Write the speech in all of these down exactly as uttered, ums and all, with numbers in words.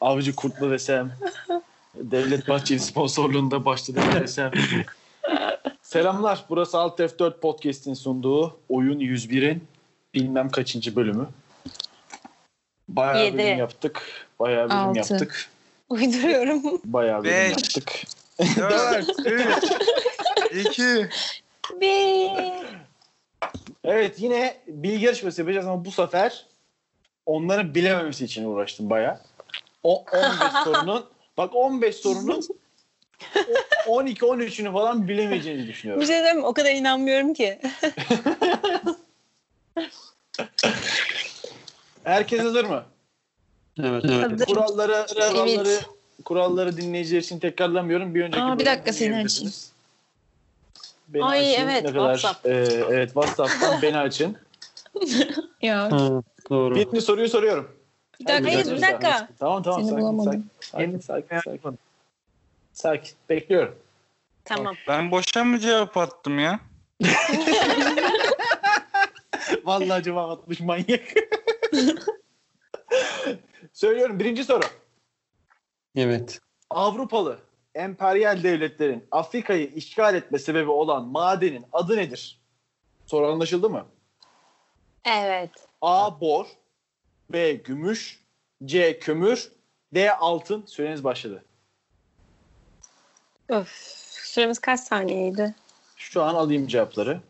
Avcı Kurtlu desem. Devlet Bahçeli sponsorluğunda başladı desem. Selamlar. Burası Alt F dört Podcast'in sunduğu Oyun yüz bir'in bilmem kaçıncı bölümü. Bayağı Yedi. bölüm yaptık. Bayağı bölüm Altı. yaptık. Uyduruyorum. Bayağı bölüm Beş. yaptık. dört, üç, iki. Bir. Evet, yine bilgi yarışması yapacağız ama bu sefer onların bilememesi için uğraştım bayağı. O on beş sorunun bak on beş sorunun on iki on üçünü falan bilemeyeceğini düşünüyorum. Bir şey diyeyim mi? O kadar inanmıyorum ki. Herkes hazır mı? Evet. evet. Kuralları kuralları Evet. kuralları dinleyiciler için tekrarlamıyorum. Bir önceki Aa, bir bölümü dakika, seni dinleyebilirsiniz. Beni Ay, açın. evet, Ne kadar, WhatsApp. e, evet WhatsApp'tan beni açın. Ya. Ha, doğru. Birinci soruyu soruyorum. Bir dakika. Hayır, dur. bir dakika. Tamam tamam Seni sakin, bulamadım. sakin sakin sakin sakin. Sakin. Bekliyorum. Tamam. Ben boşa mı cevap attım ya? Vallahi cevap atmış manyak. Söylüyorum, birinci soru. Evet. Avrupalı emperyal devletlerin Afrika'yı işgal etme sebebi olan madenin adı nedir? Soru anlaşıldı mı? Evet. A. Bor, B. Gümüş, C. Kömür, D. Altın. Süreniz başladı. Öf. Süremiz kaç saniyeydi? Şu an alayım cevapları.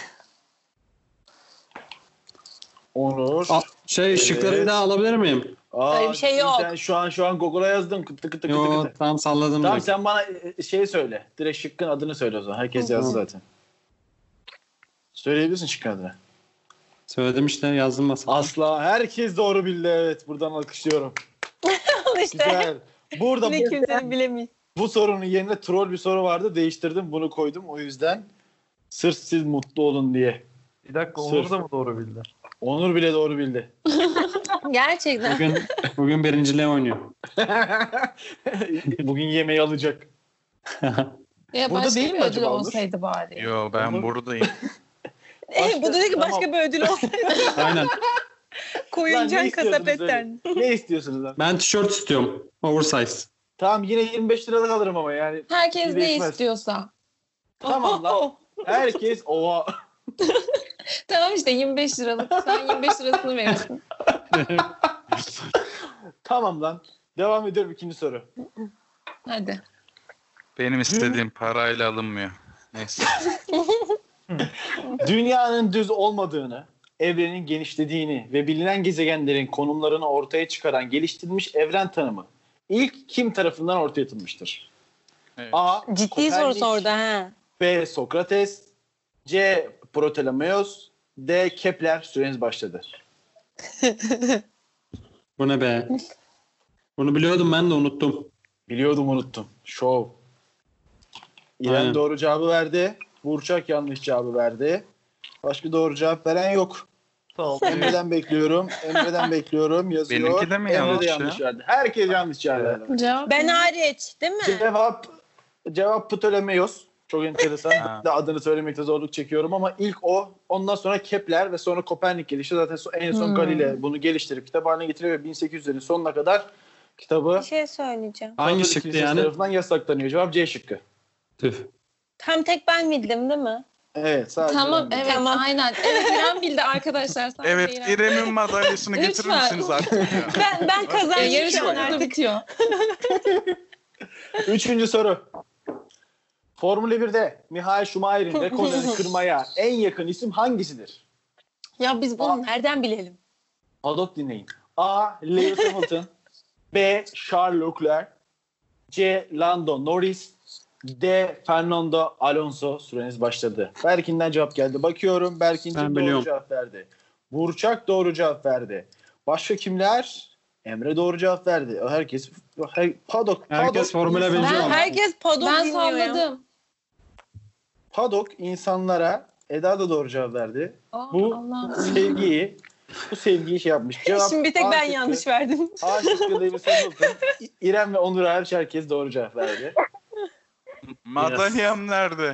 Onur. Aa, şey şıkları Evet. bir daha alabilir miyim? Aa, Öyle bir şey yok. Sen şu an şu an Google'a yazdın. Kıtı kıtı kıtı Yo, kıtı. tam salladım. Tamam, direkt. sen bana e, şey söyle. Direkt şıkkın adını söyle o zaman. Herkes Hı. yazdı zaten. Söyleyebilirsin şıkkın adını. Söyledim işte, yazdım masaya. Asla. Herkes doğru bildi. Evet. Buradan alkışlıyorum. Al işte. Güzel. Burada Yine bu, kimsenin bilemeyiz. bu sorunun yerine troll bir soru vardı. Değiştirdim. Bunu koydum. O yüzden sırf siz mutlu olun diye. Bir dakika, Sırf. Onur da mı doğru bildi? Onur bile doğru bildi. Gerçekten. Bugün bugün birinciliğe oynuyor. Bugün yemeği alacak. Ya Burada başka değil mi bir ödül acaba Onur? olsaydı bari. Yo ben Olur. buradayım. Eh, bu da dedi ki Tamam. başka bir ödül olsaydı. Aynen. Lan Koyuncan ne kasap istiyorsunuz etten. öyle? Ne istiyorsunuz lan? Ben tişört istiyorum. Oversize. Tamam, yine yirmi beş liralık alırım ama yani. Herkes Bir ne değişmez. istiyorsa. Tamam lan. Herkes oha. Tamam işte yirmi beş liralık. Sen yirmi beş lirasını verirsin. Tamam lan. Devam ediyorum, ikinci soru. Hadi. Benim istediğim parayla alınmıyor. Neyse. Dünyanın düz olmadığını, evrenin genişlediğini ve bilinen gezegenlerin konumlarını ortaya çıkaran geliştirilmiş evren tanımı ilk kim tarafından ortaya atılmıştır? Evet. A. Ciddi Kopernik, soru sordu ha. B. Sokrates, C. Ptolemaios, D. Kepler. Süreniz başladı. Bu ne be? Bunu biliyordum, ben de unuttum. Biliyordum, unuttum. Şov. İrem Aynen. doğru cevabı verdi. Burçak yanlış cevabı verdi. Başka doğru cevap veren yok. Sağ ol. Emre'den bekliyorum. Emre'den bekliyorum. Yazıyor. Benimki de mi Emre yanlış yanlış ya? verdi. Herkes yanlış cevap verdi. Cevap Ben ne? hariç değil mi? Cevap cevap Ptolemaios. Çok enteresan. Ha. Ben de adını söylemekte zorluk çekiyorum ama ilk o. Ondan sonra Kepler ve sonra Kopernik gelişti. Zaten so- en son Hmm. Galile bunu geliştirip kitap haline getiriyor ve bin sekiz yüzlerin sonuna kadar kitabı Bir şey söyleyeceğim. Hangi Katolik şıktı Kilisesi yani? tarafından yasaklanıyor. Cevap C şıkkı. Tüh. Tam tek ben bildim değil mi? Evet, sadece Tamam ben evet Tamam. aynen. Evet İrem bildi arkadaşlar. Sadece Evet, İrem. İrem'in madalyasını getirir Lütfen. misiniz artık ya? Ben ben Ya, kazandım şu yarışma an burada artık. bitiyor. Üçüncü soru. Formula birde Michael Schumacher'in rekorlarını kırmaya en yakın isim hangisidir? Ya biz bunu nereden bilelim? Adot dinleyin. A. Lewis Hamilton, B. Charles Leclerc, C. Lando Norris, D. Fernando Alonso. Süreniz başladı. Berkin'den cevap geldi. Bakıyorum. Berkin Ben doğru biliyorum. cevap verdi. Burçak doğru cevap verdi. Başka kimler? Emre doğru cevap verdi. Herkes her, padok, Herkes padok Formula insanlara- birci Ben oldu. herkes padok Ben dinliyor ya. salladım. Padok insanlara, Eda da doğru cevap verdi. Aa, Bu Allah'ım. sevgiyi bu sevgiyi şey yapmış. Cevap Şimdi bir tek A ben şıkkı. yanlış verdim. A şıkkı Lewis Hamilton. İ- İrem ve Onur hariç herkes doğru cevap verdi. Madalyam nerede?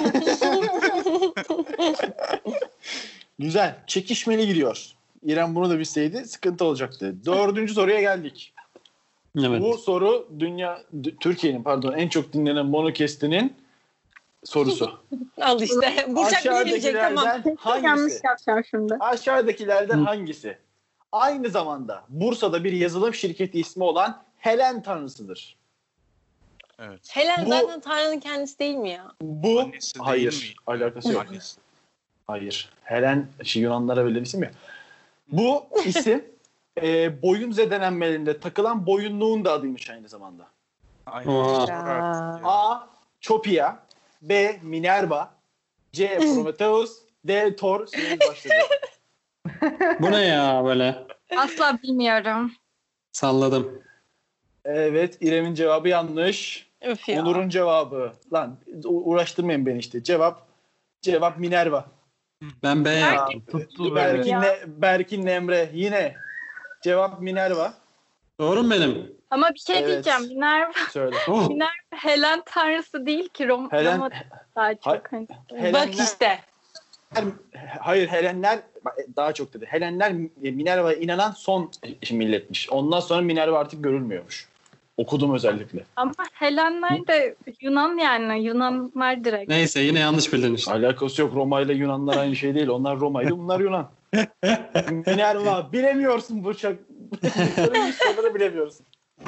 Güzel. Çekişmeli gidiyor. İrem bunu da bilseydi sıkıntı olacaktı. Dördüncü soruya geldik. Evet. Bu soru dünya d- Türkiye'nin pardon en çok dinlenen monokestinin sorusu. Al işte. Burçak bilemeyecek tamam. Aşağıdakilerden Yanlış hangisi? yapacağım şimdi. Aşağıdakilerden Hı. hangisi? Aynı zamanda Bursa'da bir yazılım şirketi ismi olan Helen tanrısıdır. Evet. Helen Bu- zaten Tanrı'nın kendisi değil mi ya? Bu Annesi değil hayır, mi? alakası yok. Annesi. Hayır. Helen şey, Yunanlara verilen isim ya. Bu isim e, boyun zedelenmelerinde takılan boyunluğun da adıymış aynı zamanda. Aynen. Oha. Doğru artık ya. A. Chopia, B. Minerva, C. Prometheus, D. Thor. Süreniz başladı. Bu ne ya böyle? Asla bilmiyorum. Salladım. Evet, İrem'in cevabı yanlış. Öf ya. Onur'un cevabı. Lan u- uğraştırmayın beni işte. Cevap cevap Minerva. Ben B yaptım. Tuttu böyle. Berkin'le Berkin'le Emre yine cevap Minerva. Doğru mu benim? Ama bir şey Evet. diyeceğim. Minerva, Söyle. Oh. Minerva Helen tanrısı değil ki. Rom Helen Roma daha çok. Hay- Hani. Helenler, Bak işte. hayır Helenler daha çok dedi. Helenler Minerva'ya inanan son milletmiş. Ondan sonra Minerva artık görülmüyormuş. Okudum özellikle. Ama Helenler de Yunan yani. Yunanlar direkt. Neyse yine yanlış bildin işte. Alakası yok. Roma ile Yunanlar aynı şey değil. Onlar Roma'ydı, bunlar Yunan. Minerva bilemiyorsun Burçak. Sorun soruları bilemiyorsun.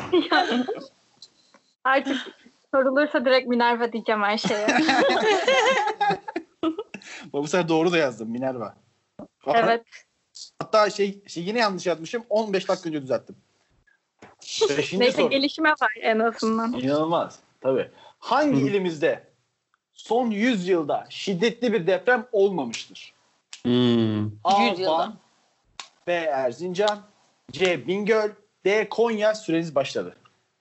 Artık sorulursa direkt Minerva diyeceğim her şeye. Bu sefer doğru da yazdım Minerva. Evet. Hatta şey, şey yine yanlış yazmışım. on beş dakika önce düzelttim. Beşinci Neyse soru. gelişme var en azından. İnanılmaz. Tabii. Hangi Hı. ilimizde son yüz yılda şiddetli bir deprem olmamıştır? Hmm. A. yüz yılda. Van, B. Erzincan, C. Bingöl, D. Konya. Süreniz başladı.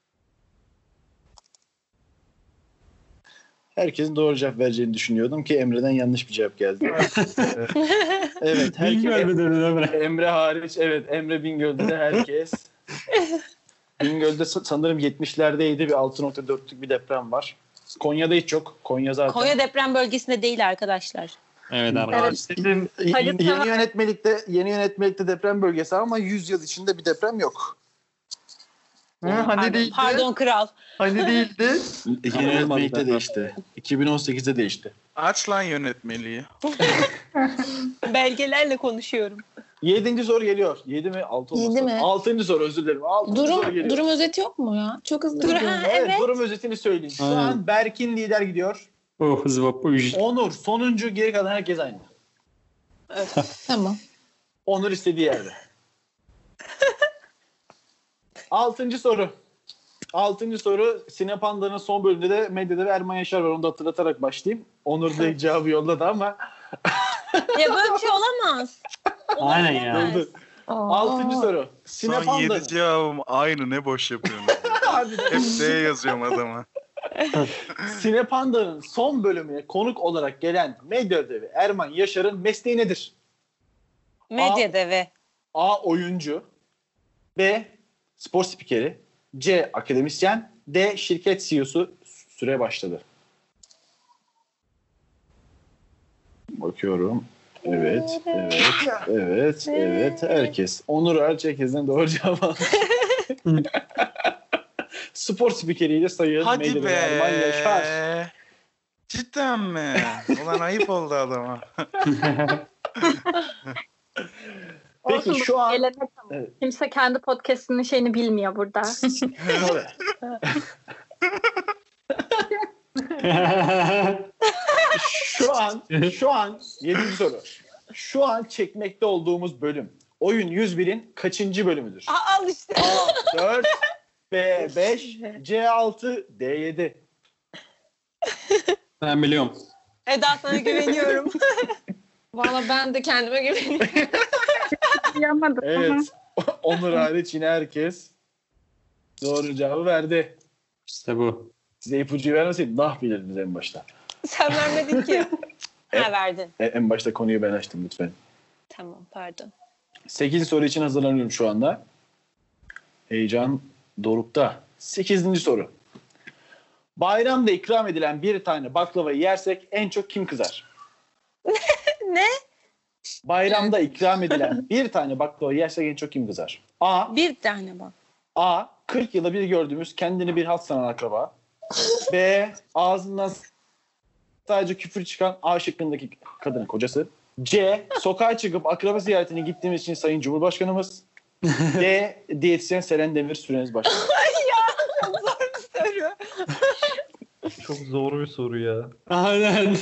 Herkesin doğru cevap vereceğini düşünüyordum ki Emre'den yanlış bir cevap geldi. Evet. Bingöl Herkes, mü dedin Emre? Emre hariç evet Emre Bingöl'de de herkes. Bingöl'de sa- sanırım yetmişlerdeydi, bir altı nokta dörtlük bir deprem var. Konya'da hiç yok. Konya zaten. Konya deprem bölgesinde değil arkadaşlar. Evet arkadaşlar. Dedim, Y- Harita yeni var. yönetmelikte yeni yönetmelikte deprem bölgesi ama yüz yıl içinde bir deprem yok. Hı, hani Pardon, değildi? pardon kral. Hani değildi? Yeni Olmadı yönetmelikte deprem. değişti. iki bin on sekizde değişti. Aç lan yönetmeliği. Belgelerle konuşuyorum. Yedinci soru geliyor. Yedi mi? Altı olması Yedi lazım. mi? Altıncı soru, özür dilerim. Altıncı soru Durum, geliyor. durum özeti yok mu ya? Çok hızlı Dur, gidiyor. ha. Evet, Evet. durum özetini söyleyeyim. Şu Aynen. an Berkin lider gidiyor. Oh zıvap uj. Onur sonuncu, geri kalan herkes aynı. Tamam. Onur istediği yerde. Altıncı soru. Altıncı soru. Sinepanda'nın son bölümünde de medyada ve Erman Yaşar var. Onu da hatırlatarak başlayayım. Onur da cevabı yolladı ama. Ya böyle bir şey olamaz. Aynen ya. Olamaz. Dur, dur. Altıncı soru. Son yedi Sinepanda'nın. cevabım aynı, ne boş yapıyorum. Harbiden. Hep D yazıyorum adama. Sinepanda'nın son bölümüne konuk olarak gelen medya devi Erman Yaşar'ın mesleği nedir? Medya devi. A. Oyuncu, B. Spor spikeri, C. Akademisyen, D. Şirket C E O'su. Süre başladı. Bakıyorum. Evet, evet, evet, evet. Herkes. Onur hariç herkesten doğru cevap aldı. Spor spikeriyle sayın. Hadi Medya be. devi Erman Yaşar. Cidden mi? Ulan ayıp oldu adama. Peki Olsun, şu an- gelenek ama. Evet. Kimse kendi podcast'inin şeyini bilmiyor burada. Şey Şu an, şu an yedinci soru. Şu an çekmekte olduğumuz bölüm Oyun yüz bir'in kaçıncı bölümüdür? Aa, al işte. A dört, B beş, C altı, D yedi. Ben biliyorum. Eda sana güveniyorum. Valla ben de kendime güveniyorum. Duyamadım. Evet. Onur hariç yine herkes doğru cevabı verdi. İşte bu. Size ipucu vermeseydim nah bilirdiniz en başta. Sen vermedin ki. Ha verdin. E, en başta konuyu ben açtım lütfen. Tamam pardon. sekiz soru için hazırlanıyorum şu anda. Heyecan dorukta. sekizinci soru. Bayramda ikram edilen bir tane baklavayı yersek en çok kim kızar? Ne? Bayramda ikram edilen bir tane baklava yersek en çok kim kızar? A. Bir tane bak. A. kırk yılda bir gördüğümüz kendini bir halt sanan akraba. B. Ağzından sadece küfür çıkan A şıkkındaki kadının kocası. C. Sokağa çıkıp akraba ziyaretine gittiğimiz için Sayın Cumhurbaşkanımız. D. Diyetisyen Seren Demir, süreniz başladı. Soru. Çok zor bir soru ya. Aynen.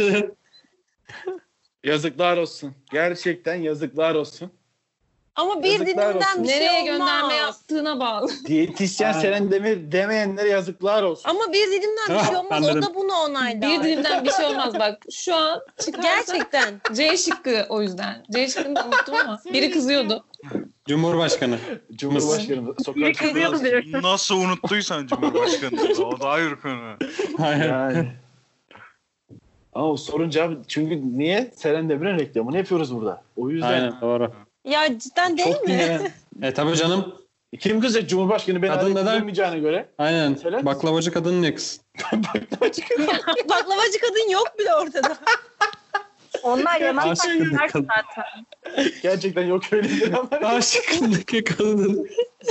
Yazıklar olsun. Gerçekten yazıklar olsun. Ama bir Yazıklar dilimden olsun. bir Nereye şey olmaz. gönderme yaptığına bağlı. Diyetisyen Aynen. Seren Demir demeyenlere yazıklar olsun. Ama bir dilimden bir şey olmaz. Ben O dedim. da bunu onaylar. Bir dilimden bir şey olmaz bak. Şu an çıkarsa Gerçekten. C şıkkı o yüzden. C şıkkını da unuttum ama biri kızıyordu. Cumhurbaşkanı. Cumhurbaşkanımız sokağa Biri çıkıyor. kızıyordu direkt. Nasıl unuttuysan Cumhurbaşkanı. O da ayrı konu. Aynen. Yani. Ama o sorun cevabı, çünkü niye? Seren Demir'in reklamını yapıyoruz burada. O yüzden. Aynen doğru. Ya cidden değil Çok mi? dinlenen. E tabii canım. Kim kızacak? Cumhurbaşkanı beni Kadın arayıp neden- kızamayacağına göre. Aynen. Söyler misin? Baklavacı kadının ne kız? Baklavacı kadın yok bile ortada. Onlar yanan Aşkın taktılar kadın. zaten. Gerçekten yok öyle bir ama. A şıkkındaki kadının.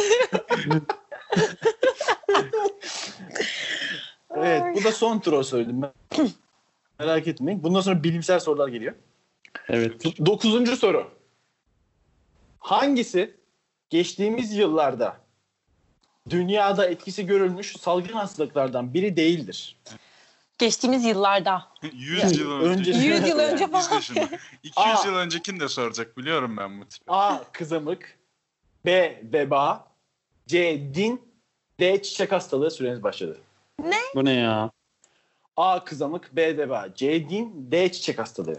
Evet, bu da son tur o söyledim ben. Merak etmeyin. Bundan sonra bilimsel sorular geliyor. Evet. Dokuzuncu soru. Hangisi geçtiğimiz yıllarda dünyada etkisi görülmüş salgın hastalıklardan biri değildir? Geçtiğimiz yıllarda. yüz yıl önce. önce- yüz yıl önce İzle falan. şunu. iki yüz Aa. yıl öncekini de soracak biliyorum ben bu tipi. A. Kızamık, B. Veba, C. Din, D. Çiçek hastalığı, süreniz başladı. Bu ne ya? A. Kızamık, B. Veba, C. Din, D. Çiçek hastalığı.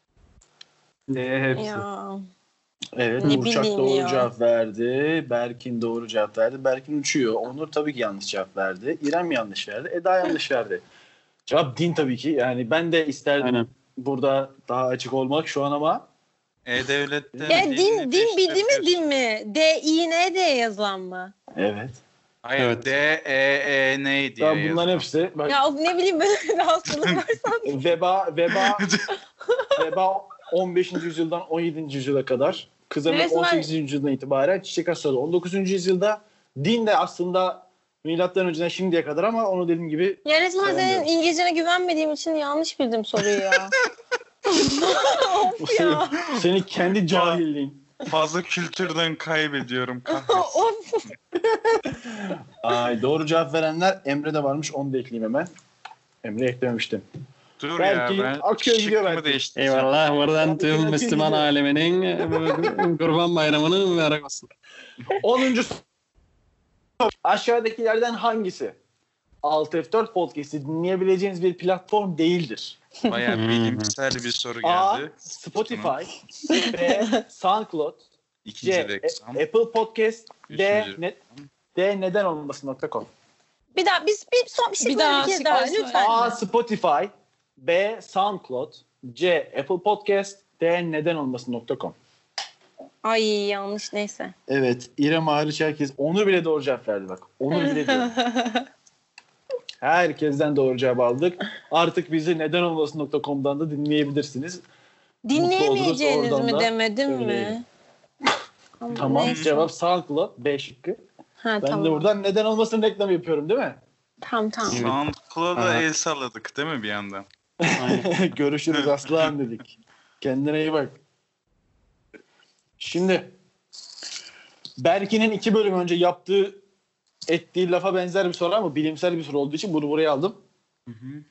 D hepsi. Ya. Evet, Ne Burçak bileyim doğru ya. cevap verdi. Berkin doğru cevap verdi. Berkin uçuyor. Onur tabii ki yanlış cevap verdi. İrem yanlış verdi. Eda yanlış verdi. Cevap din tabii ki. Yani ben de isterdim Aynen. burada daha açık olmak şu an ama E-Devlet'te Ya din, din bildiğimiz din mi? D, İ, N diye yazılan mı? evet. Hayır Evet. D, E, E, N diye Ya bunların yazıyor. hepsi bak, Ya ne bileyim böyle bir hastalık varsa. veba veba veba on beşinci yüzyıldan on yedinci yüzyıla kadar, kızamık Resmen- on sekizinci yüzyıldan itibaren, çiçek hastalığı on dokuzuncu yüzyılda, din de aslında milattan önceden şimdiye kadar ama onu dediğim gibi Ya resmen senin Sevmiyorum. İngilizcene güvenmediğim için yanlış bildim soruyu ya. Of senin, ya. senin kendi cahilliğin. Fazla kültürden kaybediyorum. kahretsin. Of. Ay, doğru cevap verenler, Emre de varmış, onu da ekleyeyim hemen. Emre eklememiştim. Dur Belki ya ben akıyor gidiyor şıkkımı belki. değiştireceğim. Eyvallah. Buradan Belki tüm belki Müslüman gidiyor. aleminin e, Kurban Bayramı'nı mübarek olsun. onuncu soru. Aşağıdakilerden hangisi Alt F dört Podcast'i dinleyebileceğiniz bir platform değildir? Bayağı Hmm. bilimsel bir soru A. geldi. Spotify, B. SoundCloud, İkinci C. de A- eksam. Apple Podcast, D. Üçüncü. Ne, D. Neden olmasın nokta com. Bir daha biz bir son bir şey Bir daha bir kez şıkları daha söyle. lütfen. A. Spotify, B. SoundCloud, C. Apple Podcast, D. Neden olmasın nokta com. Ay yanlış neyse. Evet, İrem hariç herkes, Onur bile doğru cevap verdi bak. Onur bile diyor. Herkesten doğru cevap aldık. Artık bizi neden olmasın nokta com'dan da dinleyebilirsiniz. Dinleyemeyeceğiniz oradan mi da demedim söyleyelim. mi? Ama Tamam, neyse. cevap SoundCloud, B şıkkı. Ha, Ben tamam. de buradan neden olmasın reklam yapıyorum değil mi? Tamam tamam. Evet. SoundCloud'a Aha. el salladık değil mi bir yandan? Aynen. Görüşürüz aslan dedik. Kendine iyi bak. Şimdi Berkin'in iki bölüm önce yaptığı ettiği lafa benzer bir soru ama bilimsel bir soru olduğu için bunu buraya aldım. Hı hı.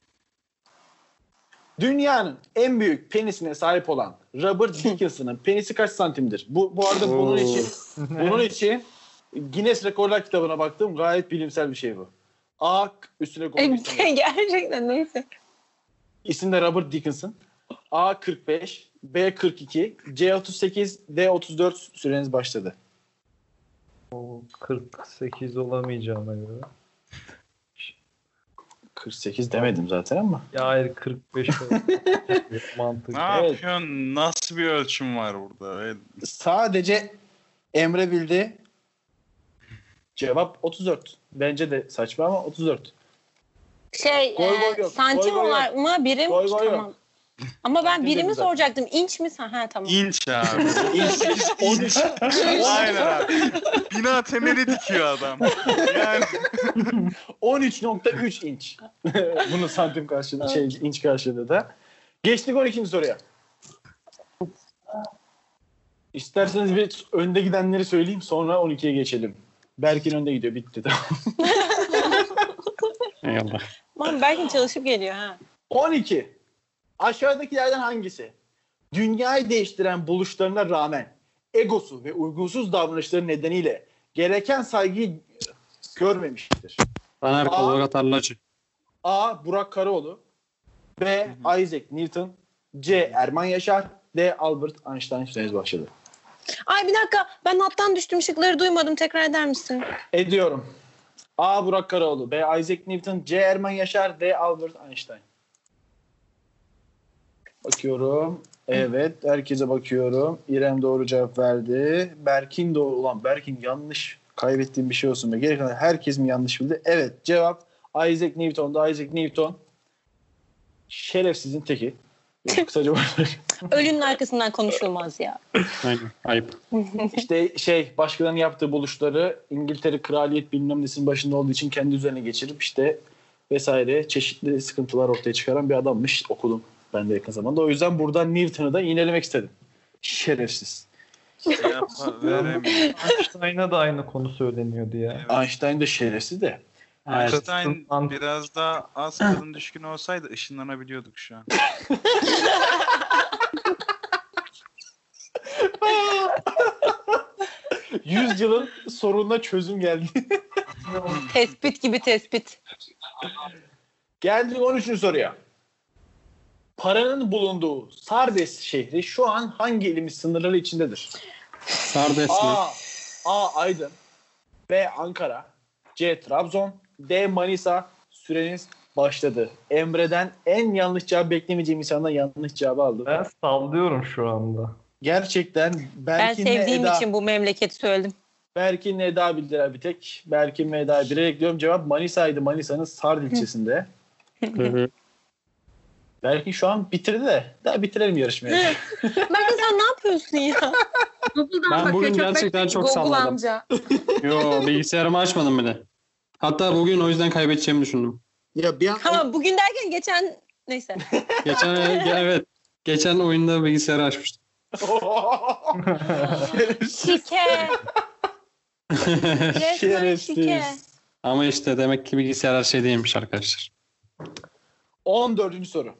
Dünyanın en büyük penisine sahip olan Robert Dickinson'ın penisi kaç santimdir? Bu bu arada bunun için bunun için Guinness Rekorlar kitabına baktım. Gayet bilimsel bir şey bu. A üstüne koymuşsun. Gerçekten neyse. İsim de Robert Dickinson. A kırk beş, B kırk iki, C otuz sekiz, D otuz dört, süreniz başladı. O kırk sekiz olamayacağına göre. kırk sekiz demedim zaten ama. Ya hayır kırk beş oldu. Mantık. Ne Evet. yapıyorsun? Nasıl bir ölçüm var burada? Evet. Sadece Emre bildi. Cevap otuz dört. Bence de saçma ama otuz dört. Şey Goy e, goy yok, santim goy goy olarak mı birim? Goy goy yok. Tamam. Ama ben Bence birimi güzel. soracaktım. İnç mi sen? Ha tamam. İnç abi. İnç. İnç. Aynen abi. Bina temeli dikiyor adam. Yani on üç nokta üç inç. Bunu santim karşılığı, şey, inç karşılığı da. Geçtik on ikinci soruya. İsterseniz bir önde gidenleri söyleyeyim, sonra on ikiye geçelim. Berkin önde gidiyor, bitti. Tamam. Eyvallah. Aman Berkin çalışıp geliyor ha. on iki. Aşağıdakilerden hangisi dünyayı değiştiren buluşlarına rağmen egosu ve uygunsuz davranışları nedeniyle gereken saygıyı görmemiştir? Taner Aa. Kolorad Tarlacı. A. Burak Karaoğlu, B. Isaac Newton, C. Erman Yaşar, D. Albert Einstein. Süreniz başladı. Ay bir dakika, ben hattan düştüm, şıkları duymadım, tekrar eder misin? Ediyorum. A. Burak Karaoğlu, B. Isaac Newton, C. Erman Yaşar, D. Albert Einstein. Bakıyorum. Evet, herkese bakıyorum. İrem doğru cevap verdi. Berkin doğru. Ulan Berkin yanlış. Kaybettiğim bir şey olsun be. Geri kalan herkes mi yanlış bildi? Evet, cevap Isaac Newton'da. Isaac Newton şerefsizin teki. Kısaca var. Ölünün arkasından konuşulmaz ya. Aynen. Ayıp. İşte şey, başkalarının yaptığı buluşları İngiltere kraliyet bilmem nesinin başında olduğu için kendi üzerine geçirip işte vesaire çeşitli sıkıntılar ortaya çıkaran bir adammış, okudum ben de yakın zamanda. O yüzden buradan Newton'u da iğnelemek istedim. Şerefsiz. Yapa veremiyor. Einstein'a da aynı konu söyleniyordu ya. Einstein de şerefsiz de. Evet. Einstein Mantıklı. biraz daha az kadın düşkün olsaydı ışınlanabiliyorduk şu an. yüz yılın sorununa çözüm geldi. Tespit gibi tespit. Geldik on üçüncü soruya. Paranın bulunduğu Sardes şehri şu an hangi ilimiz sınırları içindedir? Sardes mi? A. A. Aydın, B. Ankara, C. Trabzon, D. Manisa. Süreniz başladı. Emre'den en yanlış cevap beklemeyeceğim insandan yanlış cevabı aldım. Ben sallıyorum şu anda. Gerçekten Ben Berkin'le sevdiğim Eda, için bu memleketi söyledim. Berkin'le Eda bildiler bir tek. Berkin ve Eda'yı bire ekliyorum. Cevap Manisa'ydı. Manisa'nın Sard ilçesinde. Hı hı. Berkin şu an bitirdi de. Daha bitirelim yarışmayı. Berkin sen ne yapıyorsun ya? Google'dan Ben bakıyor bugün köpek. gerçekten çok Google salladım. amca. Yo, bilgisayarımı açmadım bile. Hatta bugün o yüzden kaybedeceğimi düşündüm. Ya bir an Ha bugün derken geçen neyse. Geçen evet. Geçen oyunda bilgisayarı açmıştım. Şike. Resmen şike. Şerefsiz. Ama işte demek ki bilgisayar her şey değilmiş arkadaşlar. on dördüncü soru.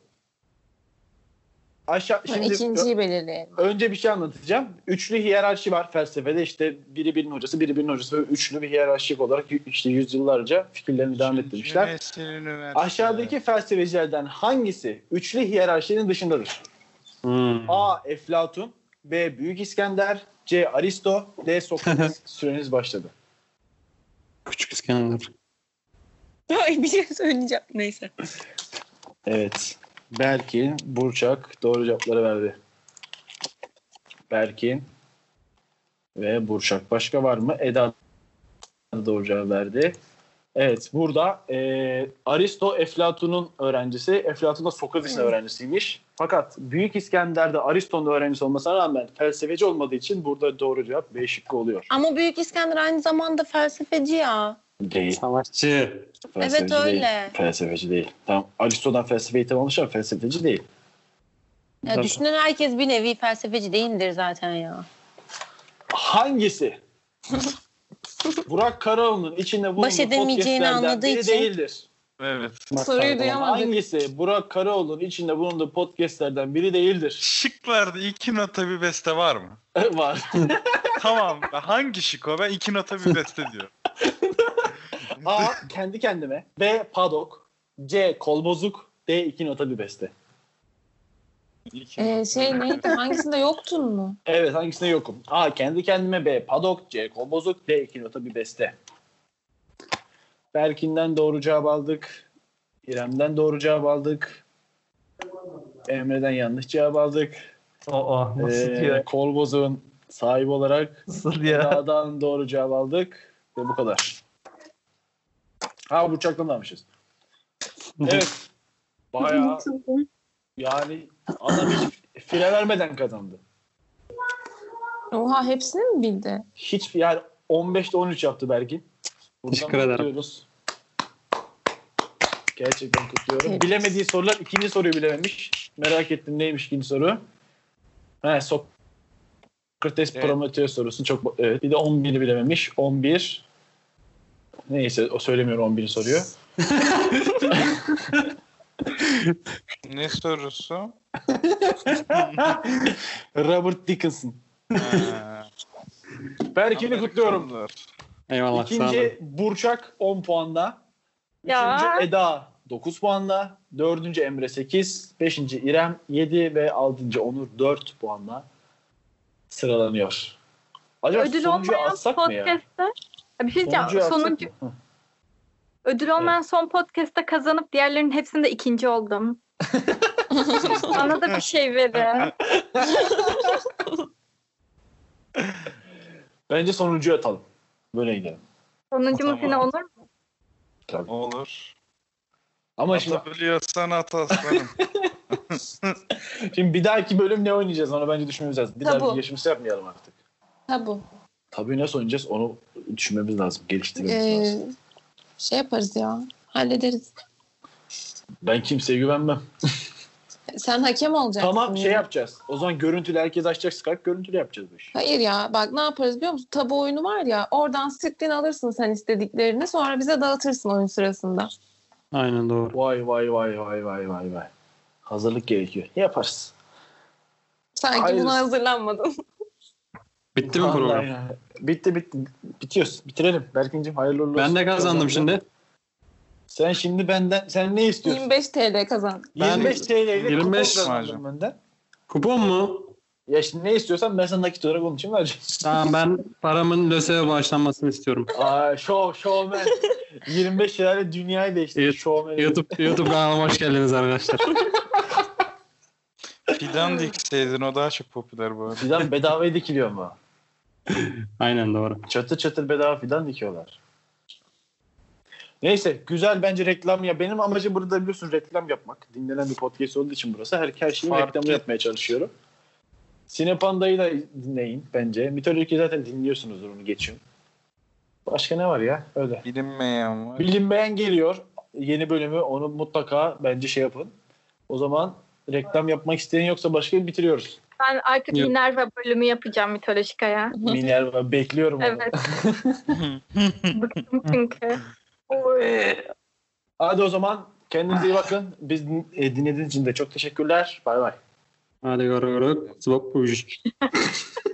Aşağı, Ben şimdi ikinciyi belirleyelim. önce bir şey anlatacağım. Üçlü hiyerarşi var felsefede. İşte biri birinin hocası, biri birinin hocası. Böyle üçlü bir hiyerarşik olarak işte yüzyıllarca fikirlerini devam ettirmişler. Nesil Üniversitesi. Aşağıdaki felsefecilerden hangisi üçlü hiyerarşinin dışındadır? Hmm. A. Eflatun, B. Büyük İskender, C. Aristo, D. Sokrates. Süreniz başladı. Küçük İskender. Ay bir şey söyleyeceğim. Neyse. Evet. Berkin, Burçak doğru cevapları verdi. Berkin ve Burçak. Başka var mı? Eda da doğru cevap verdi. Evet. Burada e, Aristo Eflatun'un öğrencisi. Eflatun da Sokrates'in öğrencisiymiş. Fakat Büyük İskender'de Aristo'nun öğrencisi olmasına rağmen felsefeci olmadığı için burada doğru cevap B şıkkı oluyor. Ama Büyük İskender aynı zamanda felsefeci ya. Değil. Savaşçı. Felsefeci Evet, öyle. Değil. Felsefeci değil. Tamam. Aristo'dan felsefe eğitimi almış ama felsefeci değil. Ya Tabii. düşünün herkes bir nevi felsefeci değildir zaten ya. Hangisi? Burak Karaoğlu'nun içinde bulunduğu Baş edemeyeceğini podcastlerden anladığı biri için. değildir. Evet. Soruyu duyamadık. Hangisi Burak Karaoğlu'nun içinde bulunduğu podcastlerden biri değildir? Şıklarda iki nota bir beste var mı? Var. Tamam. Hangi şık o? Ben iki nota bir beste diyorum. A. Kendi kendime. B. Padok. C. Kol bozuk. D. iki nota bir beste. İki Ee, nota. şey neydi? Hangisinde yoktun mu? Evet, hangisine yokum? A. Kendi kendime. B. Padok. C. Kol bozuk. D. iki nota bir beste. Berkin'den doğru cevap aldık. İrem'den doğru cevap aldık. Emre'den yanlış cevap aldık. Aa nasıl Ee, ya? Kol bozuğun sahibi olarak Nasıl ya? Eda'dan doğru cevap aldık. Ve bu kadar. Ha, Burçak'tan da almışız. Evet. Bayağı Yani adam hiç fire vermeden kazandı. Oha hepsini mi bildi? Hiç yani on beşte on üç yaptı Berkin. Buradan Teşekkür ederim. kutluyoruz. Gerçekten kutluyorum. Evet. Bilemediği sorular ikinci soruyu bilememiş. Merak ettim neymiş ikinci soru? He, Sokrates Evet. Prometheus sorusu çok evet. Bir de on biri bilememiş. on bir neyse o söylemiyor on biri soruyor. Ne sorusu? Robert Dickinson. Ha, Berkin'i kutluyorum. Amerikalılar. Eyvallah sağ olun. İkinci Burçak on puanda. Ya. Üçüncü Eda dokuz puanda. Dördüncü Emre sekiz. Beşinci İrem yedi ve altıncı Onur dört puanla sıralanıyor. Acaba Ödül sonuncuyu olmayan atsak mı ya? podcast'te bir şey Sonuncuyu diyeceğim. atsak Sonuncu, mı? Hı. ödül olmayan son podcast'te kazanıp diğerlerinin hepsinde ikinci oldum. Bana da bir şey verin. Bence sonuncuyu atalım. Böyle gidelim. Sonuncu mu Tamam. sene olur mu? Tabii. Olur. Ama şimdi, Atabiliyorsan at aslanım. şimdi bir dahaki bölüm ne oynayacağız onu bence düşünmemiz lazım. Bir Tabu. dahaki yarışması yapmayalım artık. Tabu. Tabii nasıl oynayacağız onu düşünmemiz lazım. Geliştirmemiz Ee, lazım. şey yaparız ya. Hallederiz. Ben kimseye güvenmem. Sen hakem olacaksın. Tamam şey ya. yapacağız. O zaman görüntülü herkes açacak Skype görüntülü yapacağız bu işi. Hayır ya bak ne yaparız biliyor musun? Tabu oyunu var ya oradan screen alırsın sen istediklerini sonra bize dağıtırsın oyun sırasında. Aynen doğru. Vay vay vay vay vay vay vay. Hazırlık gerekiyor. Yaparız. Sanki Hayır. buna hazırlanmadın. Bitti mi Vallahi program? ya. Bitti bitti. Bitiyoruz. Bitirelim. Berkin'cim hayırlı uğurlu olsun. Ben de kazandım şimdi. Sen şimdi benden sen ne istiyorsun? yirmi beş T L kazandın. Ben- yirmi beş T L ile yirmi kupon beş kazandım benden. Kupon mu? Ya şimdi ne istiyorsan ben sana nakit olarak onun için vereceğim. Tamam ben paramın LÖSEV'e bağışlanmasını istiyorum. Aa, show, showman. yirmi beş lirayla dünyayı değiştirdi. Evet, Showman. YouTube YouTube kanalıma hoş geldiniz arkadaşlar. Fidan dikseydin o daha çok popüler bu arada. Fidan bedavaya dikiliyor mu? Aynen doğru. Çatır çatır bedava fidan dikiyorlar. Neyse güzel bence reklam ya. Benim amacım burada biliyorsun reklam yapmak. Dinlenen bir podcast olduğu için burası. Her, her şeyin Fark reklamını et. yapmaya çalışıyorum. Sinepanda'yı da dinleyin bence. Mitoloji zaten dinliyorsunuzdur onu geçiyorum. Başka ne var ya? Öyle. Bilinmeyen var. Bilinmeyen geliyor. Yeni bölümü onu mutlaka bence şey yapın. O zaman reklam yapmak isteyen yoksa başka bir bitiriyoruz. Ben artık Yok. Minerva bölümü yapacağım Mitolojika'ya. Minerva bekliyorum onu. Evet. Bıktım çünkü. Oy. Hadi o zaman kendinize iyi bakın. Biz e, dinlediğiniz için de çok teşekkürler. Bay bay. Hadi görüşürüz. Swap